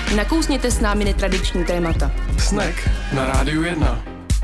Nakousněte s námi netradiční témata. Snack na Rádiu 1.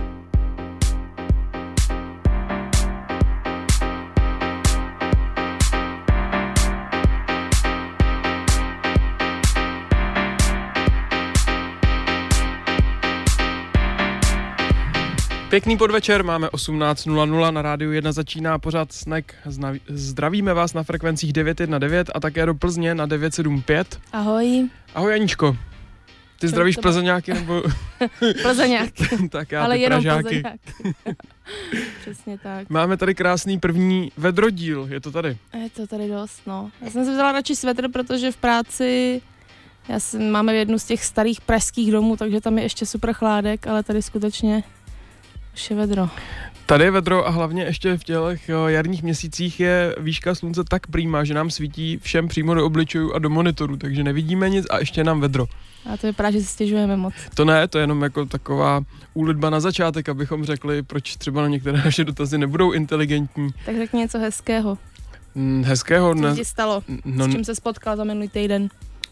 Pěkný podvečer, máme 18:00, na Rádiu 1 začíná pořad Snack. Zdravíme vás na frekvencích 919 a také do Plzně na 975. Ahoj. Ahoj Aničko. Ty zdravíš Plzeňáky nebo... Plzeňáky. Tak já ale ty jenom Pražáky. Přesně tak. Máme tady krásný první vedrodíl, je to tady? Je to tady dost, no. Já jsem si vzala radši svetr, protože v práci máme jednu z těch starých pražských domů, takže tam je ještě super chládek, ale tady skutečně už je vedro. Tady je vedro a hlavně ještě v těch jarních měsících je výška slunce tak prýmá, že nám svítí všem přímo do obličejů a do monitoru, takže nevidíme nic a ještě je nám vedro. A to vypadá, že si stěžujeme moc. To ne, to je jenom jako taková úlitba na začátek, abychom řekli, proč třeba na některé naše dotazy nebudou inteligentní. Tak řekni něco hezkého. Hezkého? Co ti stalo? S čím se spotkal za minulý týden?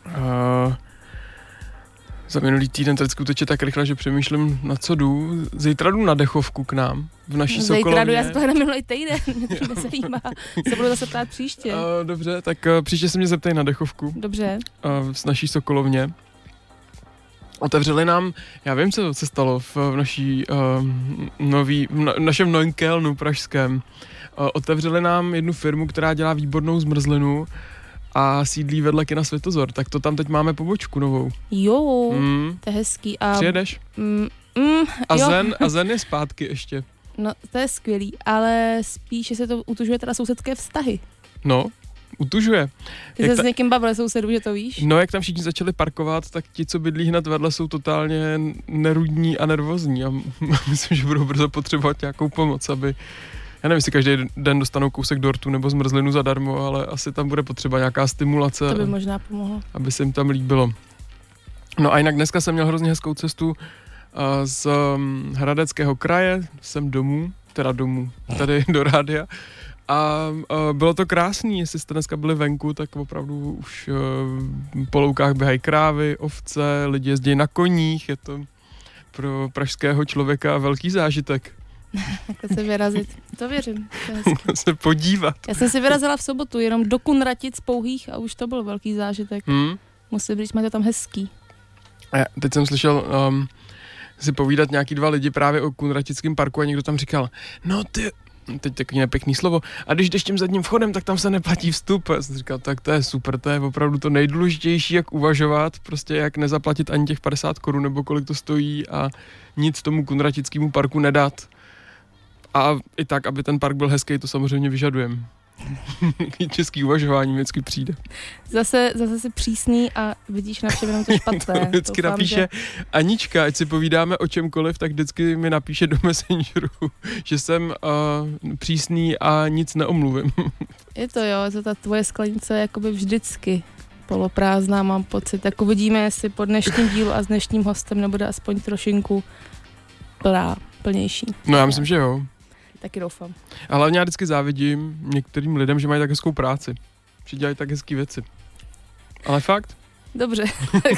Za minulý týden to vždycky uteče tak rychle, že přemýšlím, na co jdu. Zítra jdu na dechovku k nám, v naší Sokolovně. Zítra jdu, já se to na minulý týden, mě to nezajímá. Se budu zase ptát příště. Dobře, tak příště se mě zeptej na dechovku. Dobře. V naší Sokolovně. Otevřeli nám, já vím, co se stalo v naší našem Neunkellnu pražském. Otevřeli nám jednu firmu, která dělá výbornou zmrzlinu a sídlí vedle kina Světozor, tak to tam teď máme pobočku novou. Jo, to je hezký. A přijedeš? A Zen je zpátky ještě. No, to je skvělý, ale spíš se to utužuje teda sousedské vztahy. No, utužuje. Ty se s někým bavil sousedů, že to víš? No, jak tam všichni začali parkovat, tak ti, co bydlí hned vedle, jsou totálně nerudní a nervózní a myslím, že budou brzo potřebovat nějakou pomoc, aby... Já nevím, jestli každý den dostanou kousek dortu nebo zmrzlinu zadarmo, ale asi tam bude potřeba nějaká stimulace. To by možná pomohlo. Aby se jim tam líbilo. No a jinak dneska jsem měl hrozně hezkou cestu z Hradeckého kraje, jsem domů, tady do rádia. A bylo to krásný, jestli jste dneska byli venku, tak opravdu už po loukách běhají krávy, ovce, lidi jezdí na koních, je to pro pražského člověka velký zážitek. Takhle se vyrazit, to věřím. To se podívat. Já jsem si vyrazila v sobotu jenom do Kunratic Pouhých a už to byl velký zážitek. Musím říct, máte tam hezký. Teď jsem slyšel si povídat nějaký dva lidi právě o Kunratickém parku a někdo tam říkal, no ty, teď takový nepěkný slovo, a když jdeš tím zadním vchodem, tak tam se neplatí vstup. Já jsem říkal, tak to je super, to je opravdu to nejdůležitější, jak uvažovat, prostě jak nezaplatit ani těch 50 korun nebo kolik to stojí a nic tomu Kunratickému parku nedat. A i tak, aby ten park byl hezký, to samozřejmě vyžadujeme. Český uvažování vždycky přijde. Zase si přísný a vidíš na všem jenom to špatné. Vždycky napíše Anička, ať si povídáme o čemkoliv, tak vždycky mi napíše do Messengeru, že jsem přísný a nic neomluvím. Je to jo, to ta tvoje sklenice jakoby vždycky poloprázdná, mám pocit. Tak uvidíme, jestli po dnešním dílu a s dnešním hostem nebude aspoň trošinku plnější. No já myslím, že jo. Taky doufám. A hlavně já vždycky závidím některým lidem, že mají tak hezkou práci. Že dělají tak hezký věci. Ale fakt? Dobře.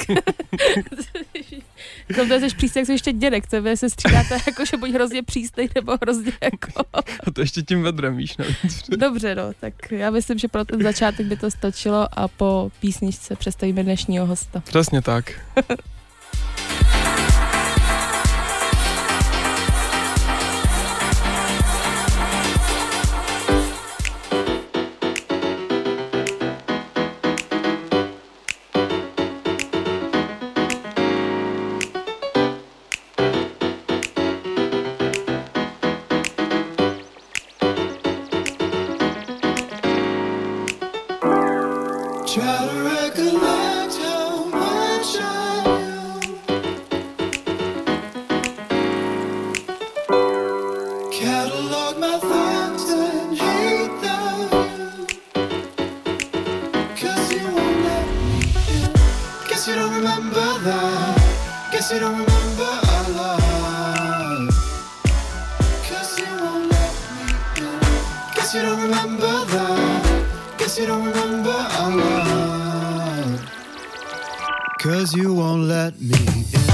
To jsi přísný, jak jsi ještě dědek. To vy se střídáte jako, že buď hrozně přísnej, nebo hrozně jako... A to ještě tím vedrem, víš, navíc. Dobře, no. Tak já myslím, že pro ten začátek by to stačilo a po písničce představíme dnešního hosta. Přesně tak. 'cause you won't let me in.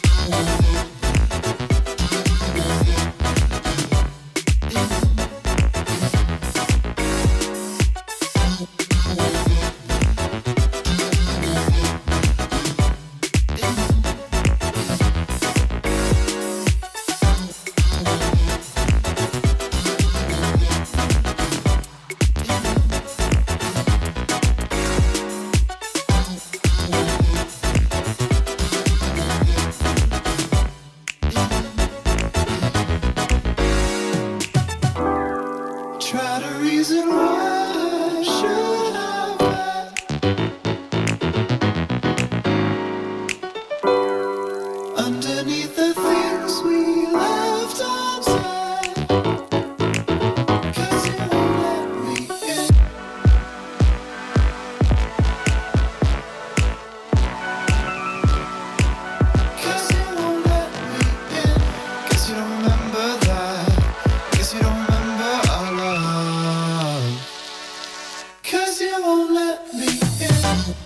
Try to reason why I should have underneath the things we left outside, 'cause you won't let me in. Cause you won't let me in. Cause you don't remember that. Cause you don't remember our love. Cause you won't let me in.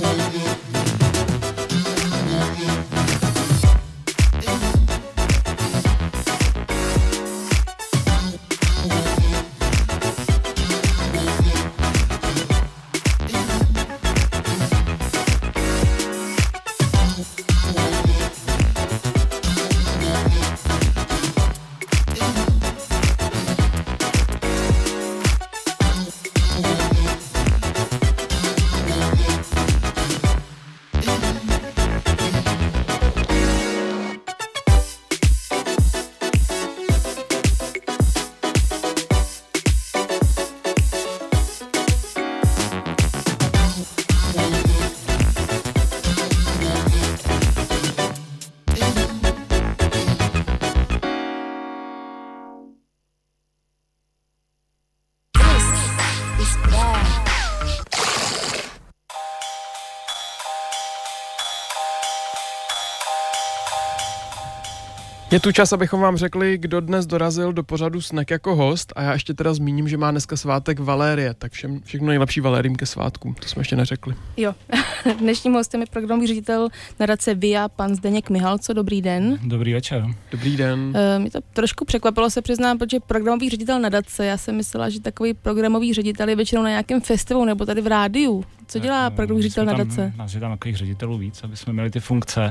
Je tu čas, abychom vám řekli, kdo dnes dorazil do pořadu Snack jako host, a já ještě teda zmíním, že má dneska svátek Valérie, tak všechno nejlepší Valérím ke svátkům, to jsme ještě neřekli. Jo, dnešním hostem je programový ředitel nadace VIA, pan Zdeněk Mihalco, dobrý den. Dobrý večer. Dobrý den. Mě to trošku překvapilo, se přiznám, protože programový ředitel nadace, já jsem myslela, že takový programový ředitel je většinou na nějakém festivalu nebo tady v rádiu. Co dělá programový ředitel nadace? Nás je tam takových ředitelů víc, aby jsme měli ty funkce,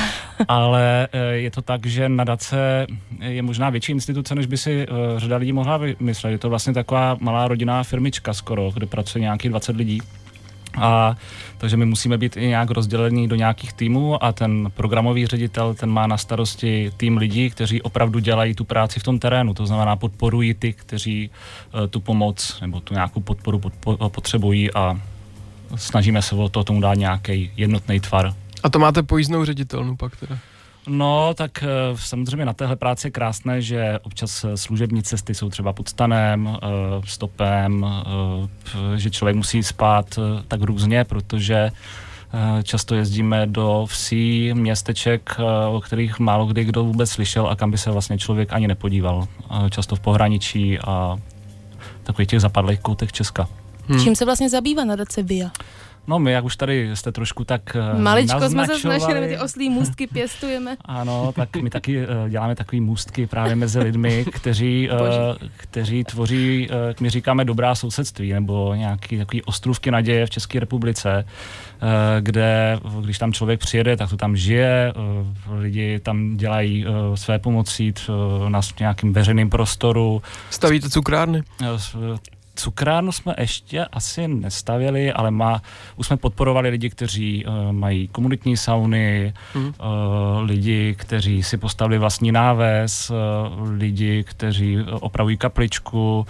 ale je to tak, že nadace je možná větší instituce, než by si řada lidí mohla vymyslet. Je to vlastně taková malá rodinná firmička skoro, kde pracuje nějakých 20 lidí. A takže my musíme být i nějak rozdělení do nějakých týmů a ten programový ředitel, ten má na starosti tým lidí, kteří opravdu dělají tu práci v tom terénu. To znamená, podporují ty, kteří tu pomoc nebo tu nějakou podporu potřebují a snažíme se o to tomu dát nějaký jednotný tvar. A to máte pojízdnou ředitelnu pak teda? No, tak samozřejmě na téhle práci je krásné, že občas služební cesty jsou třeba pod stanem, stopem, že člověk musí spát tak různě, protože často jezdíme do vsí, městeček, o kterých málo kdy kdo vůbec slyšel a kam by se vlastně člověk ani nepodíval. Často v pohraničí a takových těch zapadlých koutech Česka. Čím se vlastně zabývá nadace VIA? No my, jak už tady jste trošku tak maličko jsme se snažili, my ty oslí můstky pěstujeme. Ano, tak my taky děláme takový můstky právě mezi lidmi, kteří tvoří, jak my říkáme, dobrá sousedství, nebo nějaký takový ostrůvky naděje v České republice, kde, když tam člověk přijede, tak to tam žije, lidi tam dělají své pomocí na nějakém veřejném prostoru. Stavíte cukrárny? Cukrárnu jsme ještě asi nestavěli, ale už jsme podporovali lidi, kteří mají komunitní sauny, lidi, kteří si postavili vlastní náves, lidi, kteří opravují kapličku,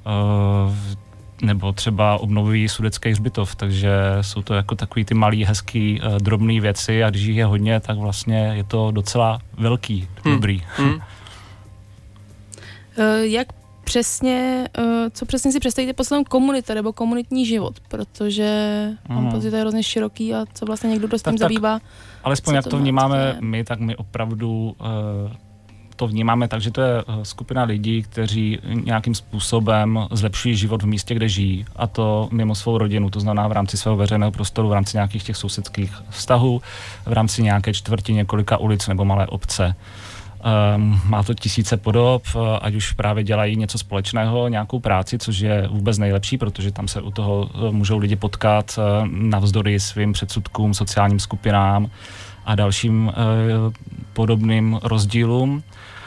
nebo třeba obnovují sudetský hřbitov, takže jsou to jako takový ty malý, hezký, drobný věci a když jich je hodně, tak vlastně je to docela velký, dobrý. Jak přesně, co přesně si představíte pod slovem komunita nebo komunitní život, protože mám pocit, že to je hrozně široký a co vlastně někdo, kdo s tím zabývá. Alespoň jak to vnímáme my, tak my opravdu to vnímáme tak, že to je skupina lidí, kteří nějakým způsobem zlepšují život v místě, kde žijí, a to mimo svou rodinu, to znamená v rámci svého veřejného prostoru, v rámci nějakých těch sousedských vztahů, v rámci nějaké čtvrti, několika ulic nebo malé obce. Má to tisíce podob, ať už právě dělají něco společného, nějakou práci, což je vůbec nejlepší, protože tam se u toho můžou lidi potkat navzdory svým předsudkům, sociálním skupinám a dalším podobným rozdílům.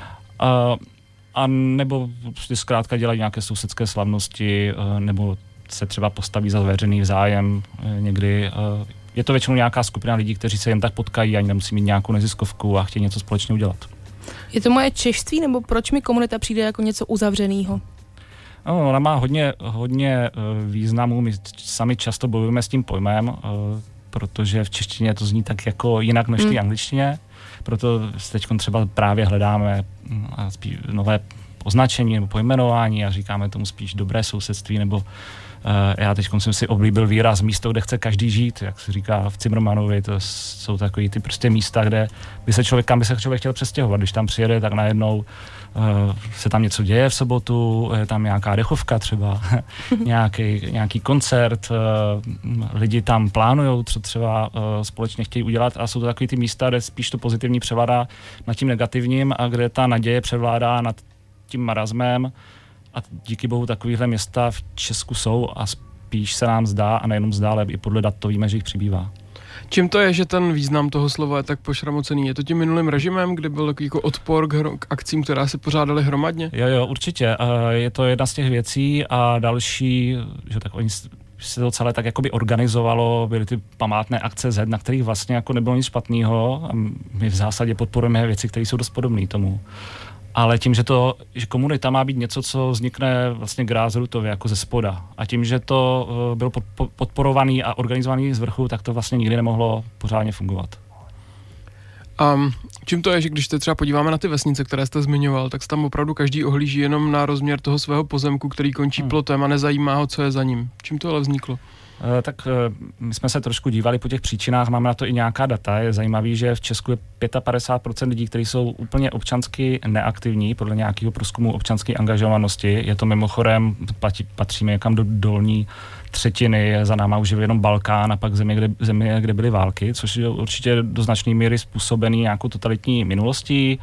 A nebo zkrátka dělají nějaké sousedské slavnosti, nebo se třeba postaví za veřejný zájem. Někdy je to většinou nějaká skupina lidí, kteří se jen tak potkají, ani nemusí mít nějakou neziskovku a chtějí něco společně udělat. Je to moje češství, nebo proč mi komunita přijde jako něco uzavřenýho? No, ona má hodně významů, my sami často bojujeme s tím pojmem, protože v češtině to zní tak jako jinak než v angličtině, proto teď třeba právě hledáme nové označení nebo pojmenování a říkáme tomu spíš dobré sousedství, nebo já teď jsem si oblíbil výraz místo, kde chce každý žít, jak se říká v Cimrmanovi, to jsou takový ty prostě místa, kde kam by se člověk chtěl přestěhovat. Když tam přijede, tak najednou se tam něco děje v sobotu, je tam nějaká dechovka třeba, nějaký koncert, lidi tam plánujou, co třeba společně chtějí udělat, a jsou to takový ty místa, kde spíš to pozitivní převládá nad tím negativním a kde ta naděje převládá nad tím marazmem. A díky bohu takovýhle města v Česku jsou a spíš se nám zdá, a nejenom zdá, ale i podle dat to víme, že jich přibývá. Čím to je, že ten význam toho slova je tak pošramocený? Je to tím minulým režimem, kdy byl takový jako odpor k akcím, které se pořádaly hromadně? Jo, určitě. Je to jedna z těch věcí a další, že tak oni se to celé tak jakoby organizovalo, byly ty památné akce Z, na kterých vlastně jako nebylo nic špatného, a my v zásadě podporujeme věci, které jsou dost podobné tomu. Ale tím, že komunita má být něco, co vznikne vlastně grassrootově, jako ze spoda. A tím, že to bylo podporovaný a organizovaný z vrchu, tak to vlastně nikdy nemohlo pořádně fungovat. Čím to je, že když se třeba podíváme na ty vesnice, které jste zmiňoval, tak se tam opravdu každý ohlíží jenom na rozměr toho svého pozemku, který končí plotem, a nezajímá ho, co je za ním. Čím to ale vzniklo? Tak my jsme se trošku dívali po těch příčinách, máme na to i nějaká data. Je zajímavý, že v Česku je 55% lidí, kteří jsou úplně občansky neaktivní, podle nějakého průzkumu občanské angažovanosti. Je to mimochodem, patříme někam do dolní třetiny, za náma už je jenom Balkán a pak země, kde byly války, což je určitě do značné míry způsobený nějakou totalitní minulostí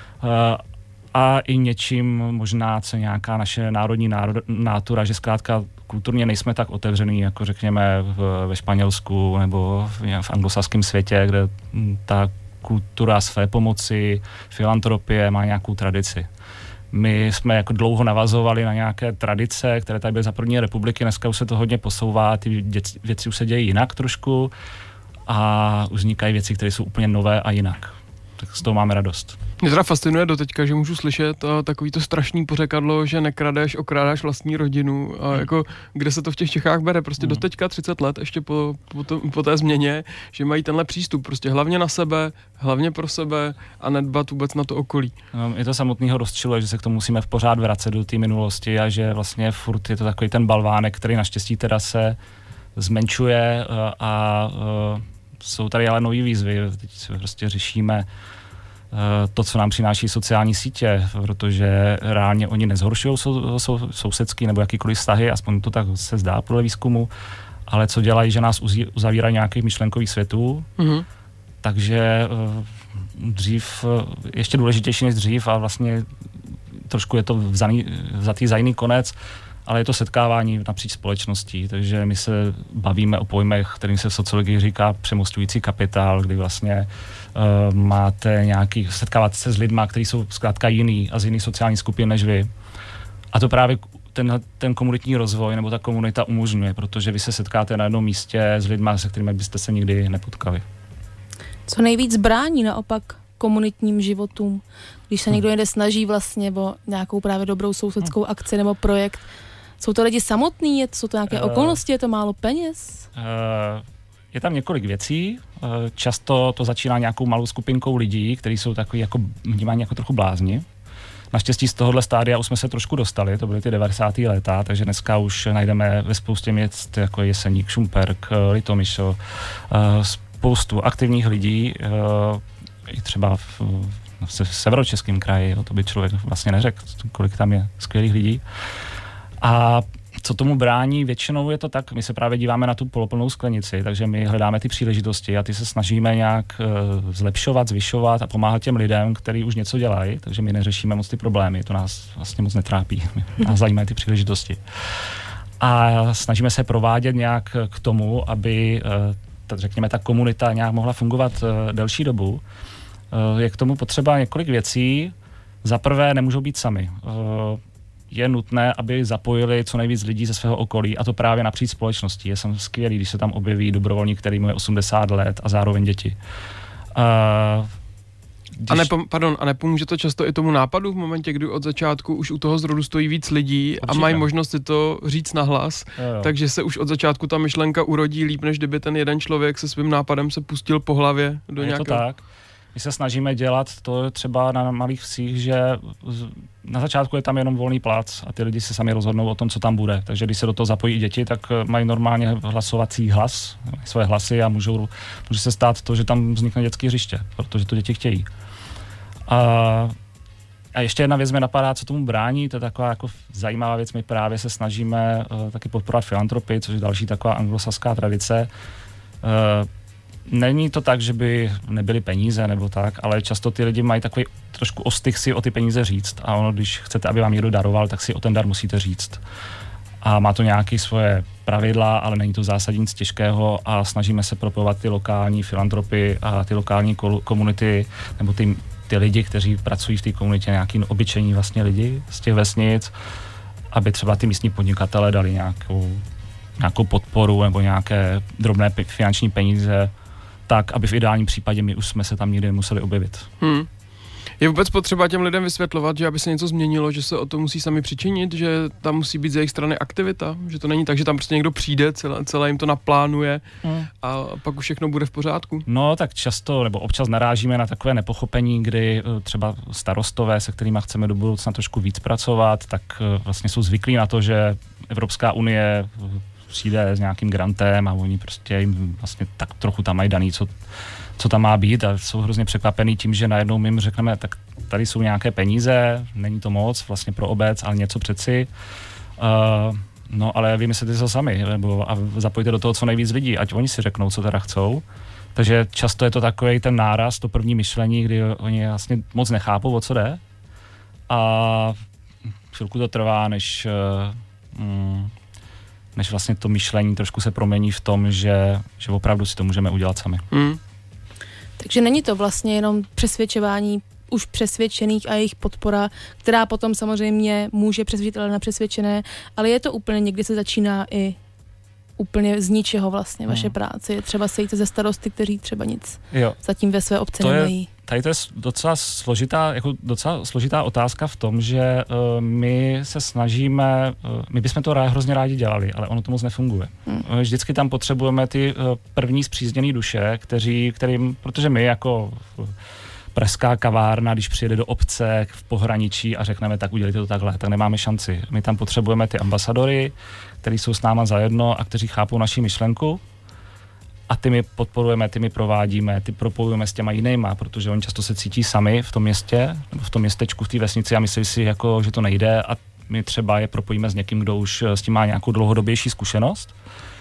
a i něčím možná, co nějaká naše národní nátura, že zkrátka kulturně nejsme tak otevřený, jako řekněme ve Španělsku nebo v anglosaském světě, kde ta kultura své pomoci, filantropie má nějakou tradici. My jsme jako dlouho navazovali na nějaké tradice, které tady byly za první republiky, dneska už se to hodně posouvá, ty věci už se dějí jinak trošku a už vznikají věci, které jsou úplně nové a jinak. Tak z toho máme radost. Mě teda fascinuje doteďka, že můžu slyšet takový to strašný pořekadlo, že nekradeš, okrádáš vlastní rodinu. A jako, kde se to v těch Čechách bere? Prostě doteďka 30 let, ještě po té změně, že mají tenhle přístup. Prostě hlavně na sebe, hlavně pro sebe a nedbat vůbec na to okolí. Je to samotného rozčiluje, že se k tomu musíme pořád vracet do té minulosti a že vlastně furt je to takový ten balvánek, který naštěstí teda se zmenšuje a jsou tady ale nový výzvy. Teď prostě řešíme to, co nám přináší sociální sítě, protože reálně oni nezhoršují sousedský nebo jakýkoliv vztahy, aspoň to tak se zdá podle výzkumu, ale co dělají, že nás uzavírají nějakých myšlenkových světů, takže dřív, ještě důležitější než dřív a vlastně trošku je to vzatý za jiný konec, ale je to setkávání napříč společností, takže my se bavíme o pojmech, kterým se v sociologii říká přemostující kapitál, kdy vlastně setkáváte se s lidma, kteří jsou zkrátka jiný a z jiných sociálních skupin než vy. A to právě ten komunitní rozvoj nebo ta komunita umožňuje, protože vy se setkáte na jednom místě s lidma, se kterými byste se nikdy nepotkali. Co nejvíc brání naopak komunitním životům, když se někdo někde snaží vlastně o nějakou právě dobrou sousedskou akci nebo projekt? Jsou to lidi samotní, jsou to nějaké okolnosti, je to málo peněz? Je tam několik věcí. Často to začíná nějakou malou skupinkou lidí, kteří jsou takový jako vnímáni jako trochu blázni. Naštěstí z tohohle stádia už jsme se trošku dostali, to byly ty 90. léta, takže dneska už najdeme ve spoustě měst, jako Jeseník, Šumperk, Litomyšl, spoustu aktivních lidí, i třeba v severočeském kraji, jo, to by člověk vlastně neřekl, kolik tam je skvělých lidí. A co tomu brání, většinou je to tak, my se právě díváme na tu poloplnou sklenici, takže my hledáme ty příležitosti a ty se snažíme nějak zlepšovat, zvyšovat a pomáhat těm lidem, kteří už něco dělají, takže my neřešíme moc ty problémy, to nás vlastně moc netrápí, nás zajímají ty příležitosti. A snažíme se provádět nějak k tomu, aby řekněme ta komunita nějak mohla fungovat delší dobu. Je k tomu potřeba několik věcí. Za prvé nemůžou být sami. Je nutné, aby zapojili co nejvíc lidí ze svého okolí, a to právě napříč společností. Je sam skvělý, když se tam objeví dobrovolník, který mu je 80 let a zároveň děti. A nepomůže to často i tomu nápadu v momentě, kdy od začátku už u toho zrodu stojí víc lidí. Určitě. A mají možnost si to říct nahlas, takže se už od začátku ta myšlenka urodí líp, než kdyby ten jeden člověk se svým nápadem se pustil po hlavě do nějakého... Je to tak. My se snažíme dělat to třeba na malých vsích, že na začátku je tam jenom volný plac a ty lidi se sami rozhodnou o tom, co tam bude. Takže když se do toho zapojí děti, tak mají normálně hlasovací hlas, svoje hlasy a může se stát to, že tam vznikne dětské hřiště, protože to děti chtějí. A ještě jedna věc mi napadá, co tomu brání, to je taková jako zajímavá věc, my právě se snažíme taky podporovat filantropii, což je další taková anglosaská tradice. Není to tak, že by nebyly peníze nebo tak, ale často ty lidi mají takový trošku ostych si o ty peníze říct a ono, když chcete, aby vám někdo daroval, tak si o ten dar musíte říct. A má to nějaké svoje pravidla, ale není to v zásadě nic těžkého a snažíme se propojovat ty lokální filantropy a ty lokální komunity nebo ty lidi, kteří pracují v té komunitě, nějaký obyčejní vlastně lidi z těch vesnic, aby třeba ty místní podnikatele dali nějakou podporu nebo nějaké drobné finanční peníze, tak, aby v ideálním případě my už jsme se tam nikdy museli objevit. Je vůbec potřeba těm lidem vysvětlovat, že aby se něco změnilo, že se o to musí sami přičinit, že tam musí být z jejich strany aktivita, že to není tak, že tam prostě někdo přijde, celé jim to naplánuje a pak už všechno bude v pořádku? No, tak často nebo občas narážíme na takové nepochopení, kdy třeba starostové, se kterými chceme do budoucna trošku víc pracovat, tak vlastně jsou zvyklí na to, že Evropská unie přijde s nějakým grantem a oni prostě jim vlastně tak trochu tam mají daný, co tam má být a jsou hrozně překvapený tím, že najednou my jim řekneme, tak tady jsou nějaké peníze, není to moc vlastně pro obec, ale něco přeci. No ale vymyslete to sami a zapojte do toho co nejvíc lidí, ať oni si řeknou, co teda chcou. Takže často je to takový ten náraz, to první myšlení, kdy oni vlastně moc nechápou, o co jde. A chvilku to trvá, než vlastně to myšlení trošku se promění v tom, že opravdu si to můžeme udělat sami. Takže není to vlastně jenom přesvědčování už přesvědčených a jejich podpora, která potom samozřejmě může přesvědčit ale na přesvědčené, ale je to úplně, někdy se začíná i úplně z ničeho vlastně vaše práce. Je třeba sejít ze starosty, kteří třeba nic zatím ve své obci nemají. Tady to je docela složitá otázka v tom, že my se snažíme, my bychom to hrozně rádi dělali, ale ono to moc nefunguje. Vždycky tam potřebujeme ty první spřízněný duše, kterým, protože my jako pražská kavárna, když přijede do obce v pohraničí a řekneme, tak udělejte to takhle, tak nemáme šanci. My tam potřebujeme ty ambasadory, kteří jsou s náma zajedno a kteří chápou naši myšlenku a ty my podporujeme, ty my provádíme, ty propojujeme s těma jinýma, protože oni často se cítí sami v tom městě, v tom městečku, v té vesnici a myslí si, jako, že to nejde a my třeba je propojíme s někým, kdo už s tím má nějakou dlouhodobější zkušenost.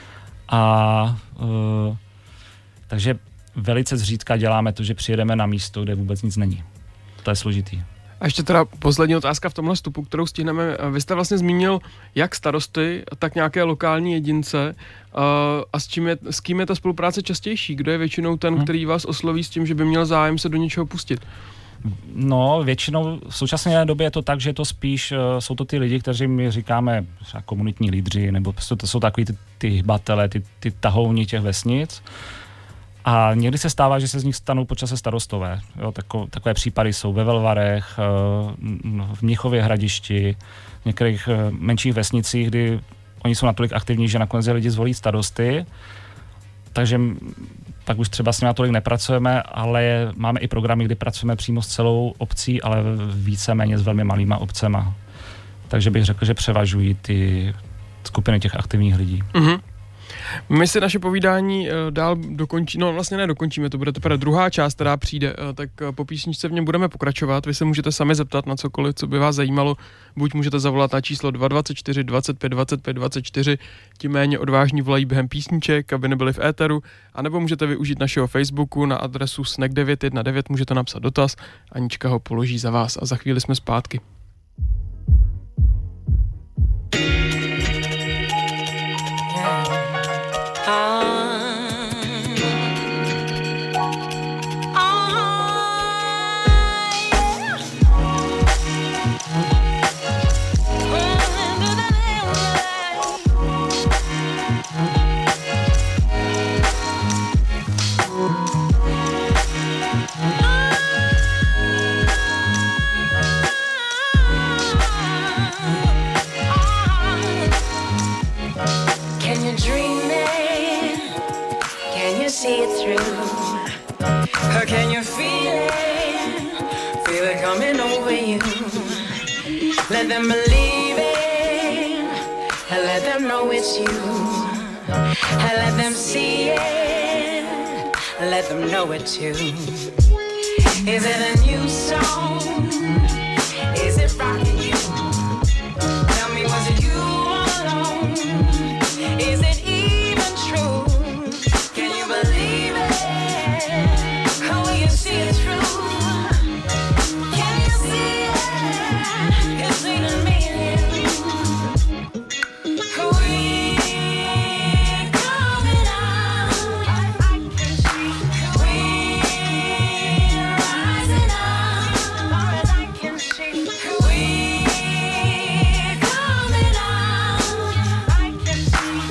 Takže velice zřídka děláme to, že přijedeme na místo, kde vůbec nic není. To je složitý. A ještě teda poslední otázka v tomhle vstupu, kterou stihneme. Vy jste vlastně zmínil jak starosty, tak nějaké lokální jedince a s kým je ta spolupráce častější? Kdo je většinou ten, který vás osloví s tím, že by měl zájem se do něčeho pustit? No, většinou v současné době je to tak, že to spíš jsou to ty lidi, kteří my říkáme komunitní lídři, nebo to jsou takový ty hybatelé, ty tahouni těch vesnic. A někdy se stává, že se z nich stanou po čase starostové. Jo, takové případy jsou ve Velvarech, v Mnichově Hradišti, v některých menších vesnicích, kdy oni jsou natolik aktivní, že nakonec lidi zvolí starosty. Takže pak už třeba s nimi tolik nepracujeme, ale máme i programy, kdy pracujeme přímo s celou obcí, ale víceméně s velmi malýma obcema. Takže bych řekl, že převažují ty skupiny těch aktivních lidí. My si naše povídání dál dokončíme, to bude teprve druhá část, která přijde, tak po písničce v něm budeme pokračovat. Vy se můžete sami zeptat na cokoliv, co by vás zajímalo. Buď můžete zavolat na číslo 224 25 25 24, tím méně odvážní volají během písniček, aby nebyli v éteru, anebo můžete využít našeho Facebooku na adresu snack919, můžete napsat dotaz, Anička ho položí za vás a za chvíli jsme zpátky. See it through, or can you feel it coming over you? Let them believe it, and let them know it's you, and let them see it, and let them know it's you. Is it a new song? Is it rocking you? Tell me, was it you all alone? Is it even true? Believe it, how will you see it through? Can you see it? It's leading me and you. We're coming out. I can see. We're rising up. Far as I can see. We're coming out. I can see.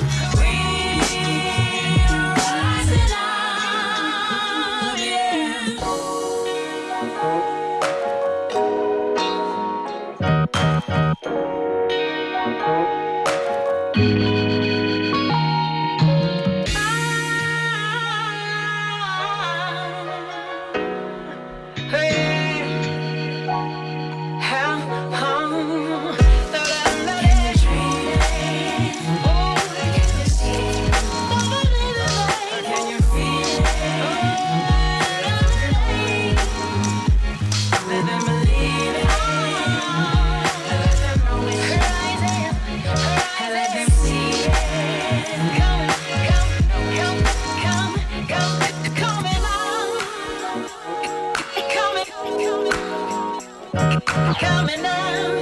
Coming up.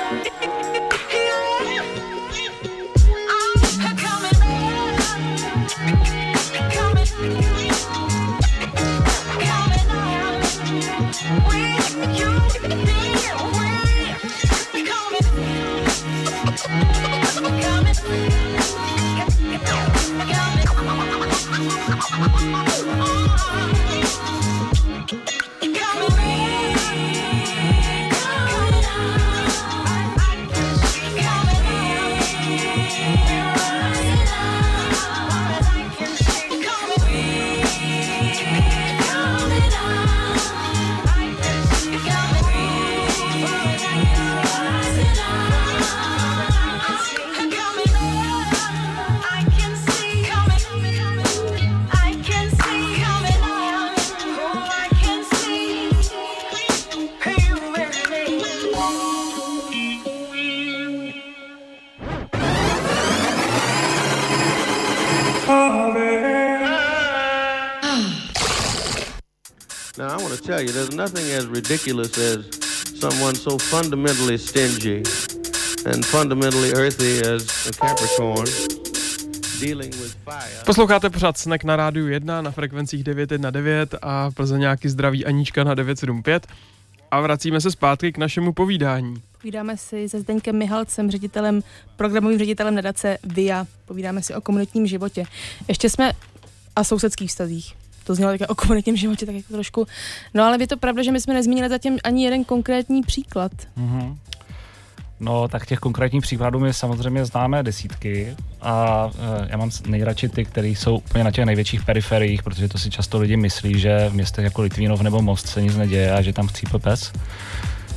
Now, I want to tell you, there's nothing as ridiculous as someone so fundamentally stingy and fundamentally earthy as a Capricorn dealing with fire. Posloucháte pořád Snack na rádiu 1 na frekvencích 919 a Plzeňáky zdraví Anička na 975 a vracíme se zpátky k našemu povídání. Povídáme si se Zdeňkem Mihalcem, programovým ředitelem nadace VIA. Povídáme si o komunitním životě. Ještě jsme a sousedských vztazích. To znělo také o komunitním životě, tak jako trošku. No ale je to pravda, že my jsme nezmínili zatím ani jeden konkrétní příklad. Mm-hmm. No tak těch konkrétních příkladů my samozřejmě známe desítky a já mám nejradši ty, které jsou úplně na těch největších periferiích, protože to si často lidi myslí, že v městech jako Litvínov nebo Most se nic neděje a že tam chcípe pes.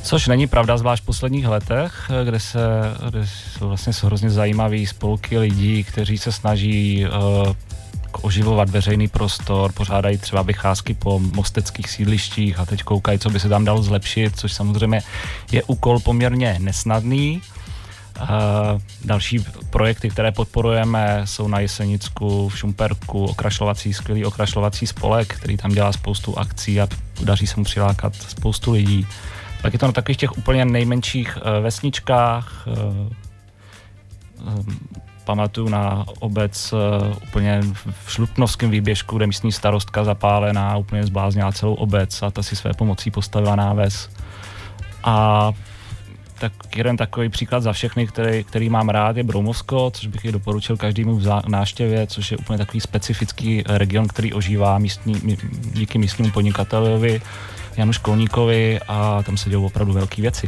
Což není pravda, zvlášť v posledních letech, kde jsou vlastně hrozně zajímavý spolky lidí, kteří se snaží oživovat veřejný prostor, pořádají třeba vycházky po mosteckých sídlištích a teď koukají, co by se tam dalo zlepšit, což samozřejmě je úkol poměrně nesnadný. Další projekty, které podporujeme, jsou na Jesenicku, v Šumperku, skvělý okrašlovací spolek, který tam dělá spoustu akcí a daří se mu přilákat spoustu lidí. Pak je to na takových těch úplně nejmenších vesničkách. Pamatuju na obec úplně v Šlupnovském výběžku, kde místní starostka zapálená úplně zbláznila celou obec a ta si své pomocí postavila náves. A tak jeden takový příklad za všechny, který mám rád, je Broumovsko, což bych i doporučil každému v návštěvě, což je úplně takový specifický region, který ožívá díky místnímu podnikatelovi Janu Školníkovi a tam se dělou opravdu velké věci.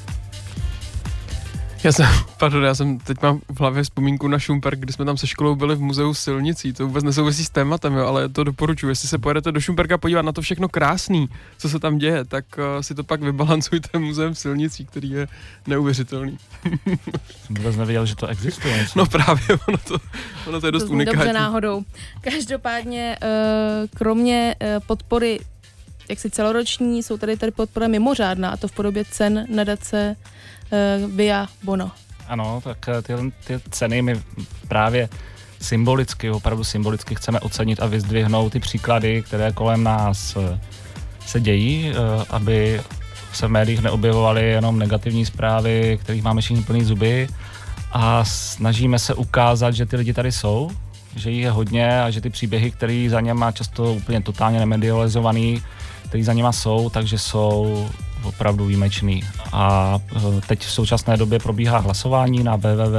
Já jsem teď mám v hlavě vzpomínku na Šumperk, kdy jsme tam se školou byli v muzeu silnicí, to vůbec nesouvisí s tématem, jo, ale to doporučuji. Jestli se pojedete do Šumperka podívat na to všechno krásný, co se tam děje, tak si to pak vybalancujte muzeem silnicí, který je neuvěřitelný. Jsem vůbec nevěděl, že to existuje. Něco. No právě, ono to je dost unikátní. Dobře náhodou. Každopádně, kromě podpory jaksi celoroční, jsou tady podpora mimořádná, a to v podobě cen nadace Via Bono. Ano, tak ty ceny my právě opravdu symbolicky chceme ocenit a vyzdvihnout ty příklady, které kolem nás se dějí, aby se v médiích neobjevovaly jenom negativní zprávy, kterých máme všichni plný zuby, a snažíme se ukázat, že ty lidi tady jsou, že jich je hodně a že ty příběhy, které za něma často úplně totálně nemedializovaný, které za něma jsou, takže jsou opravdu výjimečný. A teď v současné době probíhá hlasování na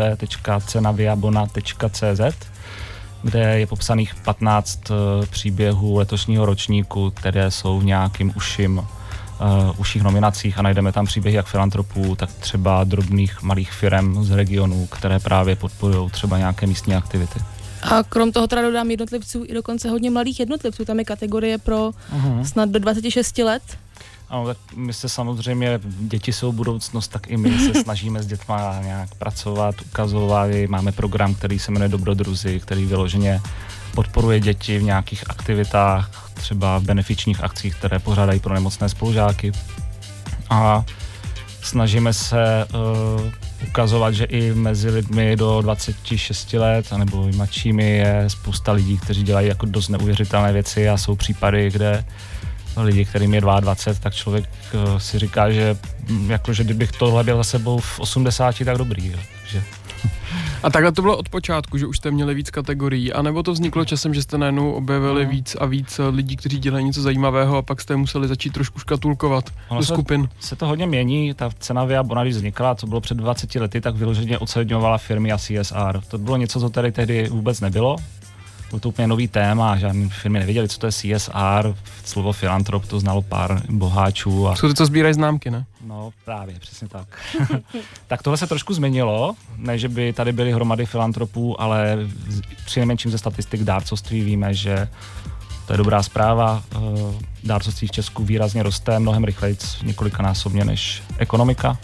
www.cenaviabona.cz, kde je popsaných 15 příběhů letošního ročníku, které jsou v nějakým užších nominacích, a najdeme tam příběhy jak filantropů, tak třeba drobných malých firem z regionů, které právě podporují třeba nějaké místní aktivity. A krom toho teda dodám jednotlivců i dokonce hodně mladých jednotlivců. Tam je kategorie pro snad do 26 let. Ano, tak my se samozřejmě, děti jsou budoucnost, tak i my se snažíme s dětma nějak pracovat, ukazovat. Máme program, který se jmenuje Dobrodruzi, který vyloženě podporuje děti v nějakých aktivitách, třeba v benefičních akcích, které pořádají pro nemocné spolužáky. A snažíme se ukazovat, že i mezi lidmi do 26 let, anebo i mladšími, je spousta lidí, kteří dělají jako dost neuvěřitelné věci, a jsou případy, kde lidi, kterým je 22, tak člověk si říká, že kdybych tohle byl za sebou v 80, tak dobrý. Jo. Takže. A takhle to bylo od počátku, že už jste měli víc kategorií, anebo to vzniklo časem, že jste najednou objevili víc a víc lidí, kteří dělají něco zajímavého, a pak jste museli začít trošku škatulkovat do skupin? Se to hodně mění. Ta cena Via Bona, když vznikla, co bylo před 20 lety, tak vyloženě oceňovala firmy a CSR. To bylo něco, co tady tehdy vůbec nebylo. Bylo to úplně nový téma, žádné firmy nevěděli, co to je CSR, slovo filantrop to znalo pár boháčů. Jsou ty, co sbírají známky, ne? No právě, přesně tak. Tak tohle se trošku změnilo, ne, že by tady byly hromady filantropů, ale přinejmenším ze statistik dárcovství víme, že to je dobrá zpráva. Dárcovství v Česku výrazně roste, mnohem rychleji, několikanásobně než ekonomika,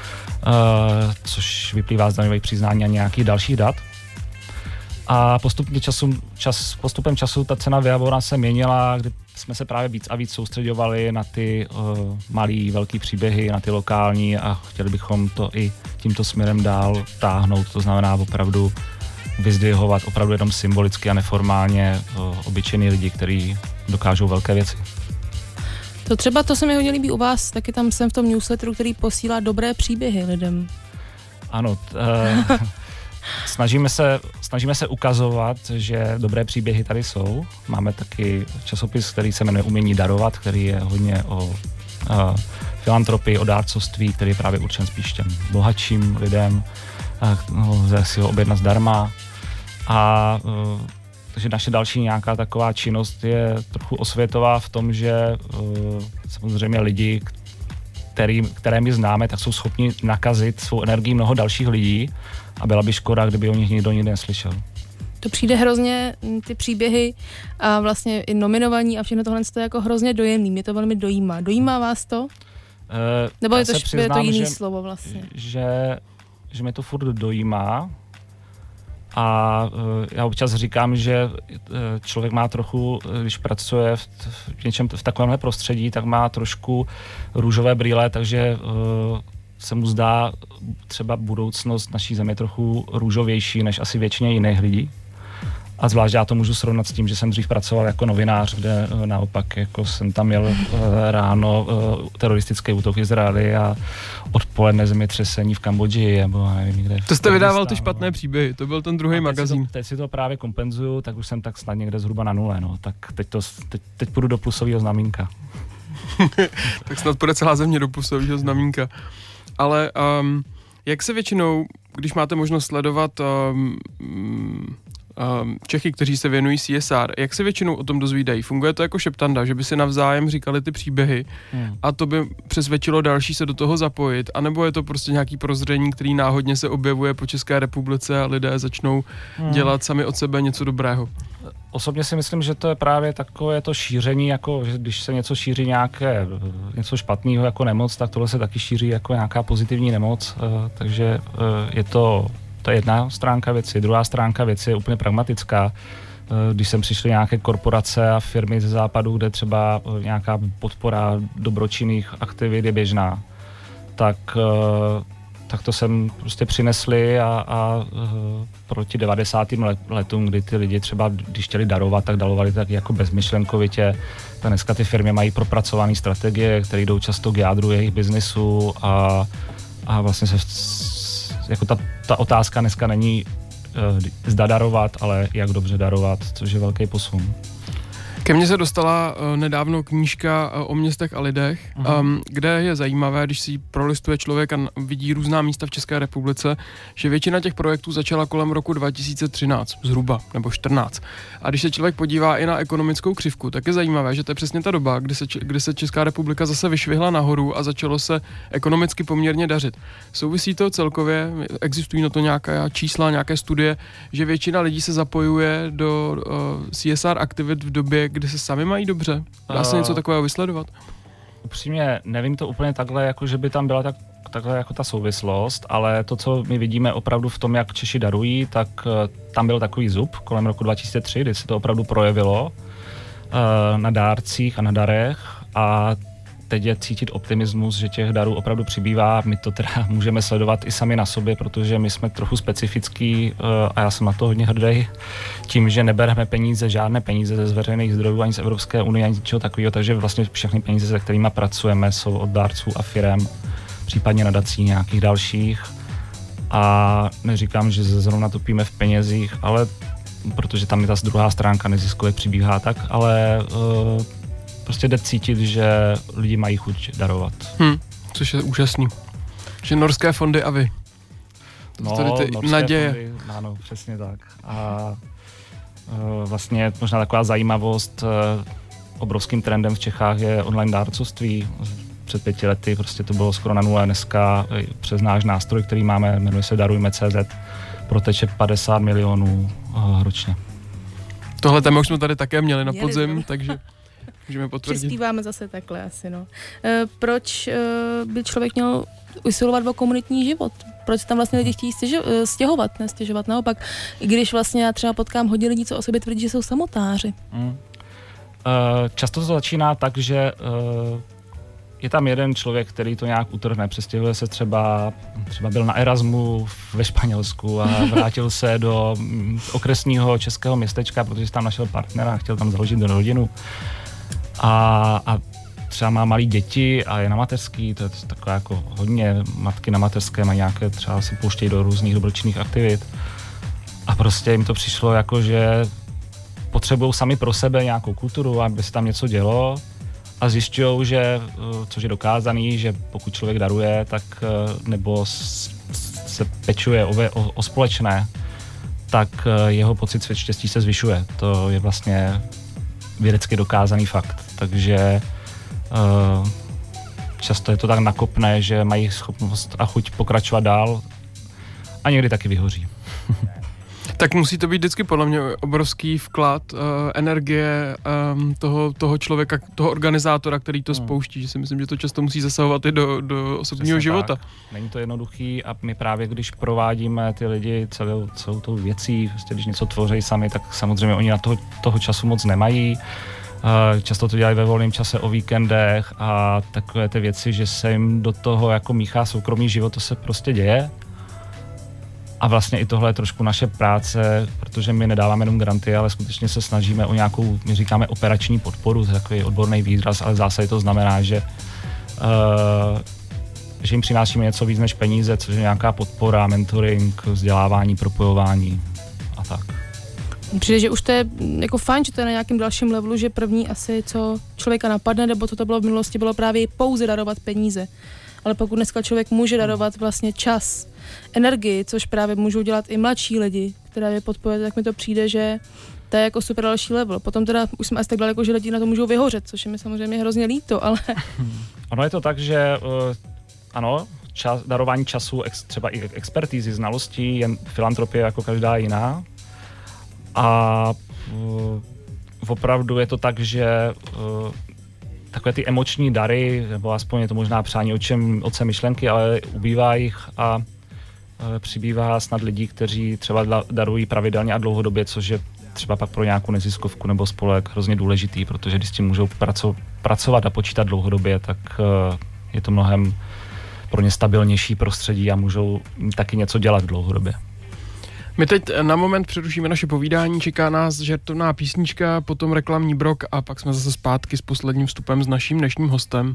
což vyplývá z daňových přiznání a nějakých dalších dat. A postupem času ta cena Via Bona se měnila, kdy jsme se právě víc a víc soustředovali na ty malý, velký příběhy, na ty lokální, a chtěli bychom to i tímto směrem dál táhnout. To znamená opravdu vyzdvihovat opravdu jenom symbolicky a neformálně obyčejný lidi, kteří dokážou velké věci. To se mi hodně líbí u vás, taky tam jsem v tom newsletteru, který posílá dobré příběhy lidem. Ano, Snažíme se ukazovat, že dobré příběhy tady jsou. Máme taky časopis, který se jmenuje Umění darovat, který je hodně o filantropii, o dárcovství, který je právě určen spíš těm bohatším lidem. Lze si ho objednat zdarma. Takže naše další nějaká taková činnost je trochu osvětová v tom, že samozřejmě lidi, které my známe, tak jsou schopni nakazit svou energii mnoho dalších lidí, a byla by škoda, kdyby o nich nikdo nikdy neslyšel. To přijde hrozně, ty příběhy a vlastně i nominovaní a všechno tohle je jako hrozně dojemný. Mě to velmi dojímá. Dojímá vás to? Nebo já je se to přiznám, jiný slovo vlastně? Že mě to furt dojímá a já občas říkám, že člověk má trochu, když pracuje v takovémhle prostředí, tak má trošku růžové brýle, takže se mu zdá třeba budoucnost naší země trochu růžovější než asi většině jiných lidí. A zvlášť já to můžu srovnat s tím, že jsem dřív pracoval jako novinář, kde naopak jako jsem tam měl ráno teroristický útok v Izraeli a odpoledne zemětřesení v Kambodži nebo nevím kde. To jste vydával ty špatné příběhy, to byl ten druhý magazín. Teď si to právě kompenzuju, tak už jsem tak snad někde zhruba na nule, no. Tak teď půjdu do plusového znamínka. Tak snad půjde celá země do plusového znamínka. Ale jak se většinou, když máte možnost sledovat Čechy, kteří se věnují CSR, jak se většinou o tom dozvídají? Funguje to jako šeptanda, že by si navzájem říkali ty příběhy a to by přesvědčilo další se do toho zapojit, anebo je to prostě nějaký prozření, který náhodně se objevuje po České republice a lidé začnou dělat sami od sebe něco dobrého? Osobně si myslím, že to je právě takové to šíření, jako že když se něco šíří něco špatného jako nemoc, tak tohle se taky šíří jako nějaká pozitivní nemoc, takže je to je jedna stránka věci. Druhá stránka věci je úplně pragmatická. Když sem přišly nějaké korporace a firmy ze západu, kde třeba nějaká podpora dobročinných aktivit je běžná, tak to sem prostě přinesli a proti 90. letům, kdy ty lidi třeba, když chtěli darovat, tak darovali tak jako bezmyšlenkovitě. Tak dneska ty firmy mají propracované strategie, které jdou často k jádru jejich biznisu a vlastně jako ta otázka dneska není zda darovat, ale jak dobře darovat, což je velký posun. Ke mně se dostala nedávno knížka o městech a lidech, kde je zajímavé, když si prolistuje člověk a vidí různá místa v České republice, že většina těch projektů začala kolem roku 2013, zhruba, nebo 14. A když se člověk podívá i na ekonomickou křivku, tak je zajímavé, že to je přesně ta doba, kdy se Česká republika zase vyšvihla nahoru a začalo se ekonomicky poměrně dařit. Souvisí to celkově, existují na to nějaká čísla, nějaké studie, že většina lidí se zapojuje do CSR aktivit v době, kdy se sami mají dobře? Dá se něco takového vysledovat? Upřímně nevím to úplně takhle, jako že by tam byla takhle jako ta souvislost, ale to, co my vidíme opravdu v tom, jak Češi darují, tak tam byl takový zub kolem roku 2003, kdy se to opravdu projevilo na dárcích a na darech a teď je cítit optimismus, že těch darů opravdu přibývá. My to teda můžeme sledovat i sami na sobě, protože my jsme trochu specifický a já jsem na to hodně hrdý tím, že nebereme žádné peníze ze veřejných zdrojů, ani z Evropské unie, ani z ničeho takového, takže vlastně všechny peníze, se kterými pracujeme, jsou od dárců a firem, případně nadací nějakých dalších. A neříkám, že zrovna topíme v penězích, ale protože tam je ta druhá stránka neziskově přibíhá tak, ale prostě jde cítit, že lidi mají chuť darovat. Což je úžasný. Že norské fondy a vy. Ty naděje. Fondy, ano, přesně tak. A vlastně možná taková zajímavost, obrovským trendem v Čechách je online dárcovství. Před 5 lety prostě to bylo skoro na nule, dneska přes náš nástroj, který máme, jmenuje se Darujme.cz, proteče 50 milionů ročně. Tohle téma už jsme tady také měli na podzim, takže můžeme potvrdit. Přispíváme zase takhle asi, no. Proč by člověk měl usilovat o komunitní život? Proč tam vlastně lidi chtějí stěhovat, naopak, i když vlastně já třeba potkám hodně lidí, co o sobě tvrdí, že jsou samotáři. Často to začíná tak, že je tam jeden člověk, který to nějak utrhne, přestěhuje se třeba byl na Erasmu ve Španělsku a vrátil se do okresního českého městečka, protože tam našel partnera a chtěl tam založit rodinu. A třeba má malý děti a je na mateřský, to je takové jako hodně matky na mateřské, mají nějaké, třeba se pouštějí do různých dobročinných aktivit. A prostě jim to přišlo jako, že potřebují sami pro sebe nějakou kulturu, aby se tam něco dělo. A zjišťují, že, což je dokázaný, že pokud člověk daruje, tak nebo se pečuje o společné, tak jeho pocit štěstí se zvyšuje. To je vlastně vědecky dokázaný fakt. Takže často je to tak nakopné, že mají schopnost a chuť pokračovat dál a někdy taky vyhoří. Tak musí to být vždycky podle mě obrovský vklad energie toho člověka, toho organizátora, který to spouští, že si myslím, že to často musí zasahovat i do osobního života. Tak. Není to jednoduchý a my právě, když provádíme ty lidi celou tou věcí, prostě když něco tvoří sami, tak samozřejmě oni na toho času moc nemají. Často to dělají ve volném čase o víkendech a takové ty věci, že se jim do toho jako míchá soukromý život, to se prostě děje. A vlastně i tohle je trošku naše práce, protože my nedáváme jenom granty, ale skutečně se snažíme o nějakou, my říkáme operační podporu, to je takový odborný výraz, ale v zásadě to znamená, že jim přinášíme něco víc než peníze, což je nějaká podpora, mentoring, vzdělávání, propojování a tak. Přijde, že už to je jako fajn, že to je na nějakém dalším levelu, že první asi, co člověka napadne, nebo to bylo v minulosti, bylo právě pouze darovat peníze. Ale pokud dneska člověk může darovat vlastně čas, energii, což právě můžou dělat i mladší lidi, které je podporuje, tak mi to přijde, že to je jako super další level. Potom teda už jsme asi tak daleko, že lidi na to můžou vyhořet, což je mi samozřejmě hrozně líto, ale... Ono je to tak, že ano, darování času, třeba i expertízy, znalostí, je filantropie jako každá jiná. A opravdu je to tak, že takové ty emoční dary, nebo aspoň je to možná přání otce myšlenky, ale ubývá jich a přibývá snad lidí, kteří třeba darují pravidelně a dlouhodobě, což je třeba pak pro nějakou neziskovku nebo spolek hrozně důležitý, protože když s tím můžou pracovat a počítat dlouhodobě, tak je to mnohem pro ně stabilnější prostředí a můžou taky něco dělat dlouhodobě. My teď na moment přerušíme naše povídání, čeká nás žertovná písnička, potom reklamní brok a pak jsme zase zpátky s posledním vstupem s naším dnešním hostem.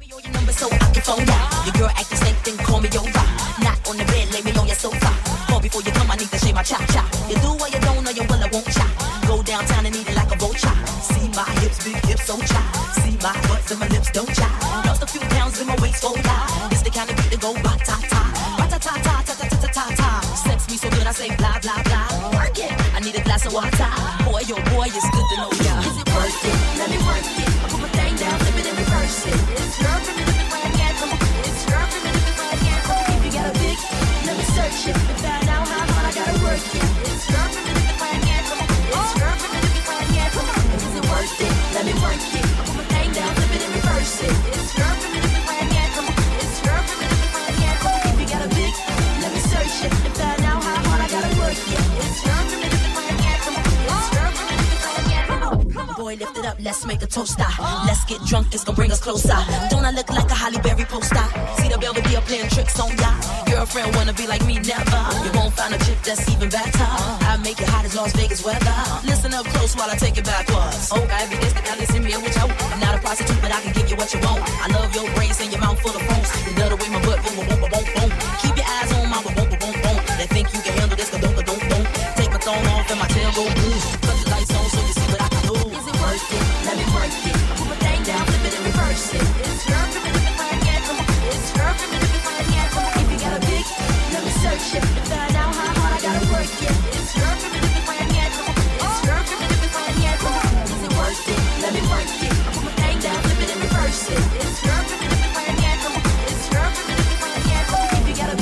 Sex me so good I say blah blah blah. Work it. I need a glass of water. Boy, oh boy, it's good to know ya. Is it worth it? Let me work it. I put my thing down, flip it and reverse it. It's your primitive if I can't come. It's your primitive if I can't come. If you got a big, let me search it. To find out how hard I gotta work it. It's your primitive if I can't come. It's your primitive if I can't come. Is it worth it? Let me work it. I put my thing down, flip it and reverse it. It's your primitive if I can't come. It's your primitive if I can't come. If you got a big, let me search it. To find out how hard I gotta work it. It's your primitive if I can't come. It's your primitive if I can't come. Boy, lift it up, let's make a toaster. Let's get drunk, it's gonna bring us closer. Don't I look like a Halle Berry poster? See the Belvedere playing tricks on ya. Girlfriend wanna be like me, never. You won't find a chick that's even better. I make it hot as Las Vegas weather. Listen up close while I take it backwards. Oh, got every dance, now listen me with you. I'm not a prostitute, but I can give you what you want. I love your brains and your mouth full of phones. You love the way my butt boom, boom, boom, boom, boom. Keep your eyes on my boom, boom, boom, boom. They think you can handle this, don't. Take my thong off and my tail go boom. Cut the lights on so you see what I can do. Is it worth it? Let me work it. I put my thing down, flip it and reverse it. It's your primitive if I can't come. It's your primitive if I can't come. If you got a big, let me search it. To find out how hard I gotta work it. It's your primitive if I can't come. It's your primitive if I can't come. Is it worth it? Let me work it. I put my thing down, flip it and reverse it. It's your primitive if I can't come. It's your primitive if I can't come. If you got a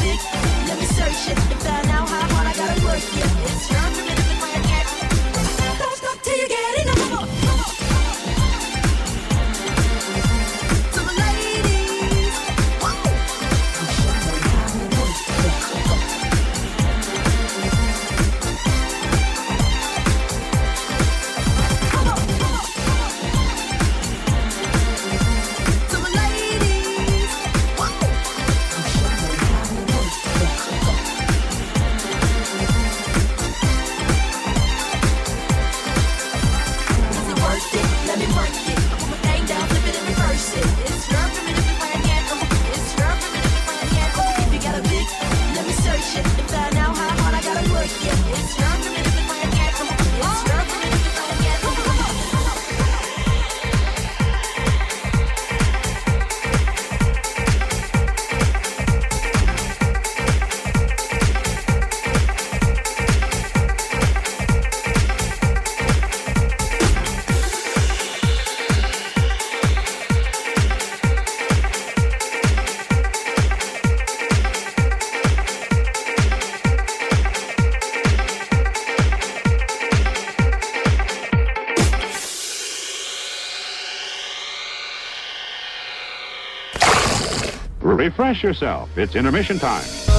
Refresh yourself. It's intermission time.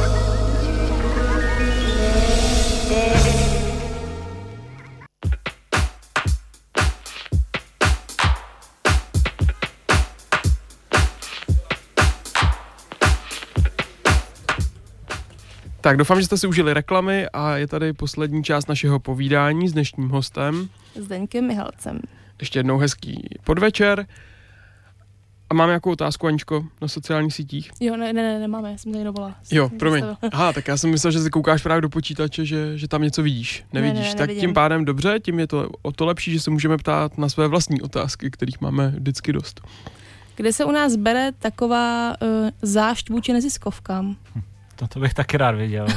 Tak doufám, že jste si užili reklamy a je tady poslední část našeho povídání s dnešním hostem. Zdeňkem Mihalcem. Ještě jednou hezký podvečer. A mám nějakou otázku, Aničko, na sociálních sítích? Jo, nemáme, já jsem tady nevolala. Jo, promiň. Aha, tak já jsem myslel, že si koukáš právě do počítače, že tam něco vidíš. Nevidíš. Ne, tak tím pádem dobře, tím je to o to lepší, že se můžeme ptát na své vlastní otázky, kterých máme vždycky dost. Kde se u nás bere taková zášť vůči neziskovkám? To bych taky rád viděl.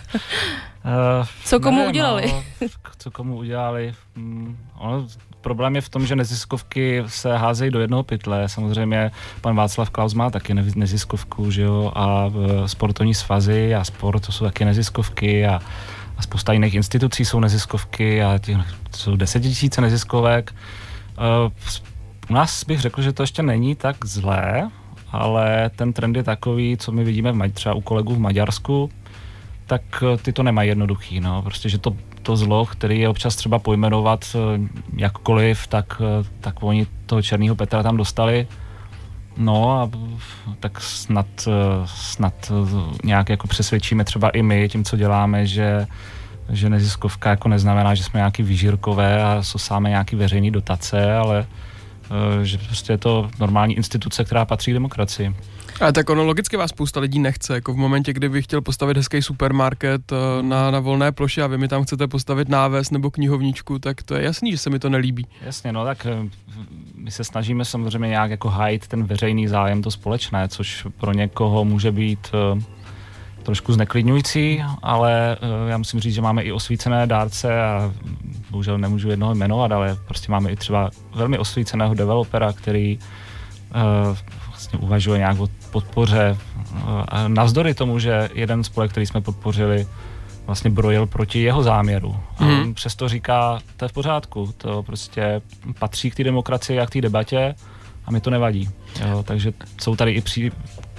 Co komu udělali? No, co komu udělali? Problém je v tom, že neziskovky se házejí do jednoho pytle. Samozřejmě pan Václav Klaus má taky neziskovku, že jo, a sportovní svazy a sport, to jsou taky neziskovky a spousta jiných institucí jsou neziskovky a jsou 10 000 neziskovek. U nás bych řekl, že to ještě není tak zlé, ale ten trend je takový, co my vidíme třeba u kolegů v Maďarsku, tak ty to nemají jednoduchý, no. Prostě, že to zlo, který je občas třeba pojmenovat jakkoliv, tak oni toho Černýho Petra tam dostali. No a tak snad nějak jako přesvědčíme třeba i my tím, co děláme, že neziskovka jako neznamená, že jsme nějaký vyžírkové a sosáme nějaký veřejný dotace, ale že prostě je to normální instituce, která patří demokracii. Ale tak ono logicky vás spousta lidí nechce, jako v momentě, kdyby chtěl postavit hezký supermarket na volné ploše a vy mi tam chcete postavit náves nebo knihovničku, tak to je jasný, že se mi to nelíbí. Jasně, no tak my se snažíme samozřejmě nějak jako hájit ten veřejný zájem, to společné, což pro někoho může být trošku zneklidňující, ale já musím říct, že máme i osvícené dárce a bohužel nemůžu jednoho jmenovat, ale prostě máme i třeba velmi osvíceného developera, který vlastně uvažuje nějak o podpoře. A navzdory tomu, že jeden spolek, který jsme podpořili, vlastně brojil proti jeho záměru. A on přesto říká, to je v pořádku, to prostě patří k té demokracii a k té debatě a mi to nevadí. Jo, takže jsou tady i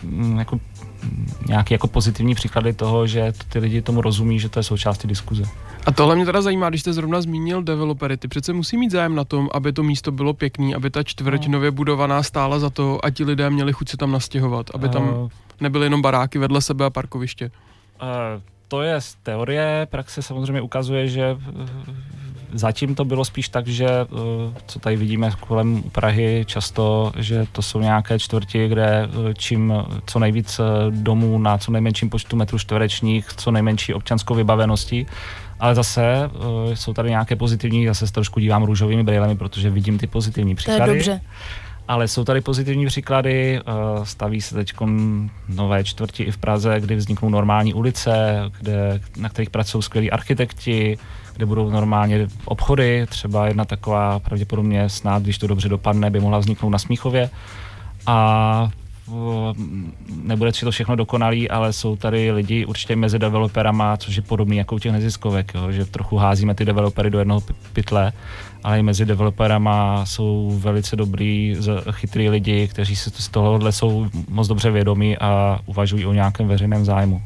nějaké jako pozitivní příklady toho, že ty lidi tomu rozumí, že to je součástí diskuze. A tohle mě teda zajímá, když jste zrovna zmínil developery, ty přece musí mít zájem na tom, aby to místo bylo pěkný, aby ta čtvrť nově budovaná stála za to a ti lidé měli chuť se tam nastěhovat, aby tam nebyly jenom baráky vedle sebe a parkoviště. To je z teorie, praxe samozřejmě ukazuje, že zatím to bylo spíš tak, že co tady vidíme kolem Prahy často, že to jsou nějaké čtvrti, kde co nejvíc domů na co nejmenším počtu metrů čtverečních, co nejmenší občanskou vybaveností. Ale zase jsou tady nějaké pozitivní, zase se trošku dívám růžovými brýlemi, protože vidím ty pozitivní příklady. To je dobře. Ale jsou tady pozitivní příklady, staví se teď nové čtvrti i v Praze, kdy vzniknou normální ulice, na kterých pracují skvělí architekti, kde budou normálně obchody, třeba jedna taková pravděpodobně snad, když to dobře dopadne, by mohla vzniknout na Smíchově. A nebude to všechno dokonalý, ale jsou tady lidi určitě mezi developerama, což je podobný jako u těch neziskovek, jo, že trochu házíme ty developery do jednoho pytle, ale i mezi developerama jsou velice dobrý, chytrý lidi, kteří si z tohohle jsou moc dobře vědomí a uvažují o nějakém veřejném zájmu.